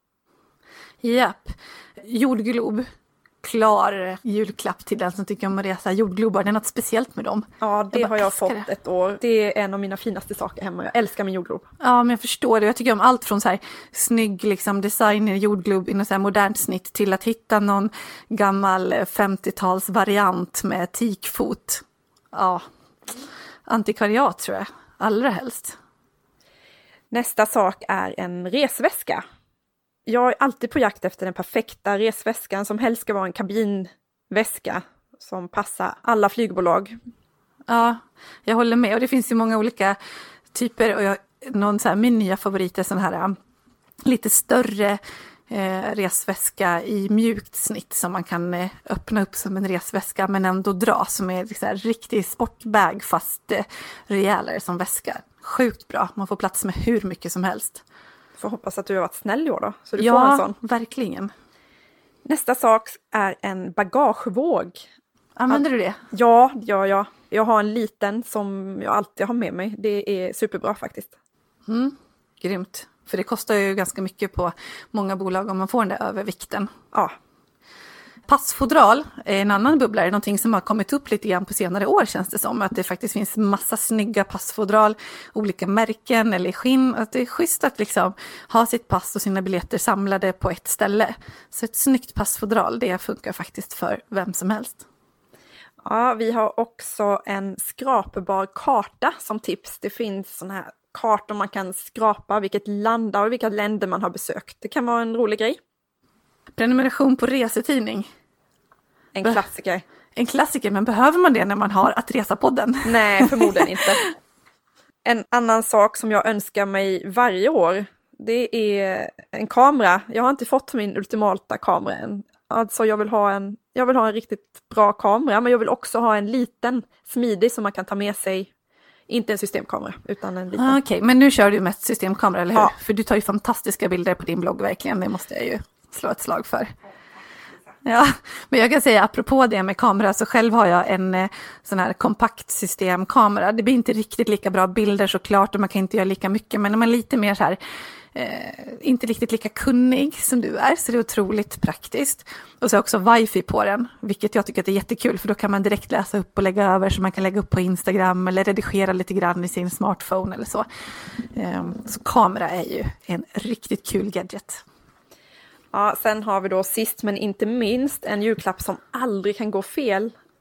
Japp. Jordglob. Klar julklapp till den som tycker om att resa. Jordglobar, det är något speciellt med dem. Ja, det har jag fått ett år. Det är en av mina finaste saker hemma. Jag älskar min jordglob. Ja, men jag förstår det. Jag tycker om allt från så här snygg liksom, design i jordglob i något så här modernt snitt till att hitta någon gammal 50-tals variant med teakfot. Ja, antikvariat tror jag. Allra helst. Nästa sak är en resväska. Jag är alltid på jakt efter den perfekta resväskan som helst ska vara en kabinväska som passar alla flygbolag. Ja, jag håller med och det finns ju många olika typer och någon så här, min nya favorit är sån här lite större resväska i mjukt snitt som man kan öppna upp som en resväska men ändå dra som är så här, riktig sportbag fast rejälare som väska. Sjukt bra, man får plats med hur mycket som helst. Får hoppas att du har varit snäll i år då, så du får en sån. Ja, verkligen. Nästa sak är en bagagevåg. Använder du det? Ja, det gör jag. Jag har en liten som jag alltid har med mig. Det är superbra faktiskt. Grymt. För det kostar ju ganska mycket på många bolag om man får den där övervikten. Ja. Passfodral är en annan bubblare, någonting som har kommit upp lite grann på senare år känns det som. Att det faktiskt finns massa snygga passfodral, olika märken eller skinn. Att det är schysst att liksom ha sitt pass och sina biljetter samlade på ett ställe. Så ett snyggt passfodral, det funkar faktiskt för vem som helst. Ja, vi har också en skrapbar karta som tips. Det finns såna här kartor man kan skrapa vilket land och vilka länder man har besökt. Det kan vara en rolig grej. Prenumeration på resetidning. En klassiker. En klassiker, men behöver man det när man har att resa-podden? Nej, förmodligen inte. En annan sak som jag önskar mig varje år, det är en kamera. Jag har inte fått min ultimata kamera än. Alltså jag vill ha en riktigt bra kamera, men jag vill också ha en liten, smidig som man kan ta med sig. Inte en systemkamera, utan en liten. Okej, men nu kör du mest systemkamera, eller hur? Ja. För du tar ju fantastiska bilder på din blogg, verkligen. Det måste jag ju slå ett slag för. Ja, men jag kan säga apropå det med kamera så själv har jag en sån här kompakt systemkamera. Det blir inte riktigt lika bra bilder såklart och man kan inte göra lika mycket, men när man är lite mer så här inte riktigt lika kunnig som du är så det är otroligt praktiskt. Och så också wifi på den, vilket jag tycker att är jättekul för då kan man direkt läsa upp och lägga över så man kan lägga upp på Instagram eller redigera lite grann i sin smartphone eller så. Så kamera är ju en riktigt kul gadget. Ja, sen har vi då sist men inte minst en julklapp som aldrig kan gå fel.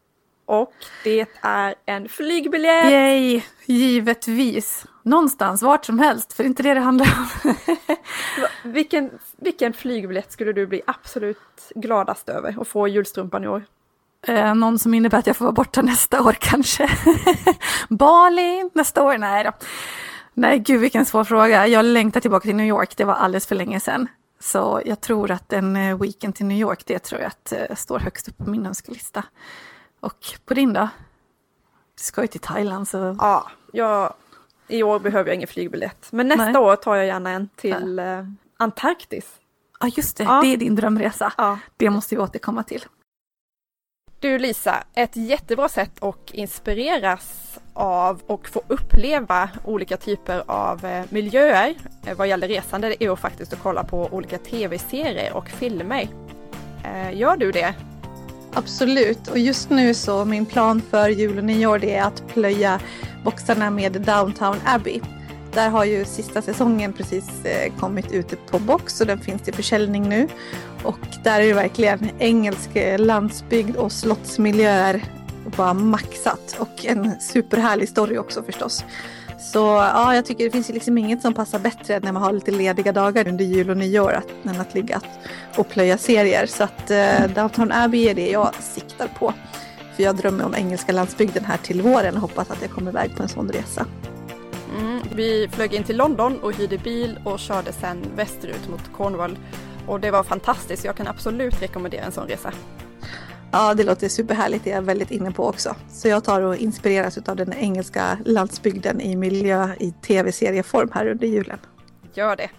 Och det är en flygbiljett! Yay! Givetvis. Någonstans, vart som helst, för det är inte det handlar om. Vilken flygbiljett skulle du bli absolut gladast över att få i julstrumpan i år? Någon som innebär att jag får vara borta nästa år kanske. Bali nästa år? Nej då. Nej, gud vilken svår fråga. Jag längtar tillbaka till New York, det var alldeles för länge sedan. Så jag tror att en weekend till New York, det tror jag att står högst upp på min önskelista. Och på din då? Du ska ju till Thailand så... Ja, i år behöver jag ingen flygbiljett. Men nästa år tar jag gärna en till Antarktis. Ja, just det. Ja. Det är din drömresa. Ja. Det måste vi återkomma till. Du Lisa, ett jättebra sätt att inspireras av och få uppleva olika typer av miljöer vad gäller resande är ju faktiskt att kolla på olika tv-serier och filmer. Gör du det? Absolut, och just nu så min plan för jul och nyår det är att plöja boxarna med Downton Abbey. Där har ju sista säsongen precis kommit ute på box och den finns till försäljning nu. Och där är det verkligen engelsk landsbygd och slottsmiljöer bara maxat. Och en superhärlig story också förstås. Så ja, jag tycker det finns ju liksom inget som passar bättre när man har lite lediga dagar under jul och nyår än att ligga och plöja serier. Så att Downton Abbey är det jag siktar på. För jag drömmer om engelska landsbygden här till våren och hoppas att jag kommer iväg på en sån resa. Vi flög in till London och hyrde bil och körde sedan västerut mot Cornwall. Och det var fantastiskt, jag kan absolut rekommendera en sån resa. Ja, det låter superhärligt, det är jag väldigt inne på också. Så jag tar och inspireras av den engelska landsbygden i miljö i tv-serieform här under julen. Gör det.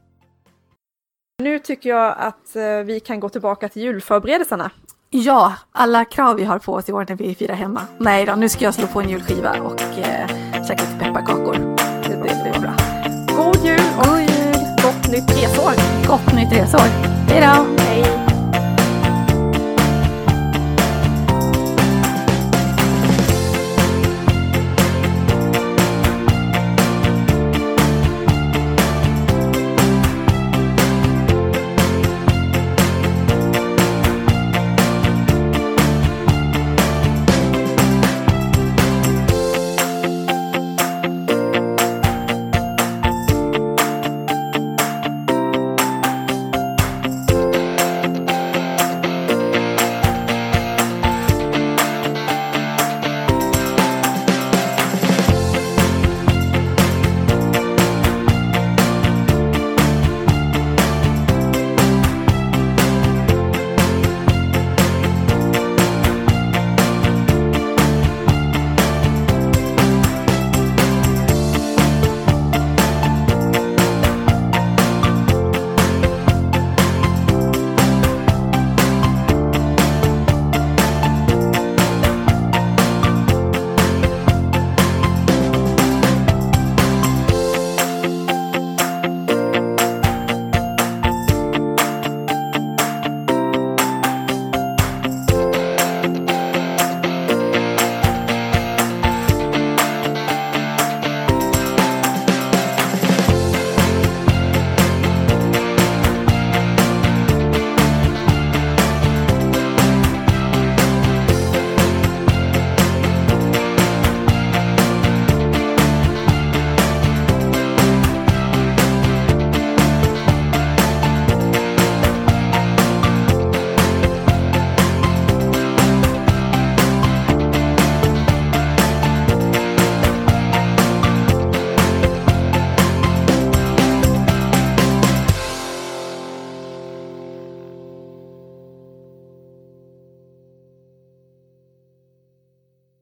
Nu tycker jag att vi kan gå tillbaka till julförberedelserna. Ja, alla krav vi har på oss i år när vi firar hemma. Nej då, nu ska jag slå på en julskiva och käka lite pepparkakor. Det blir bra. God jul och gott nytt resår. Gott nytt resår. Hej då! Hej!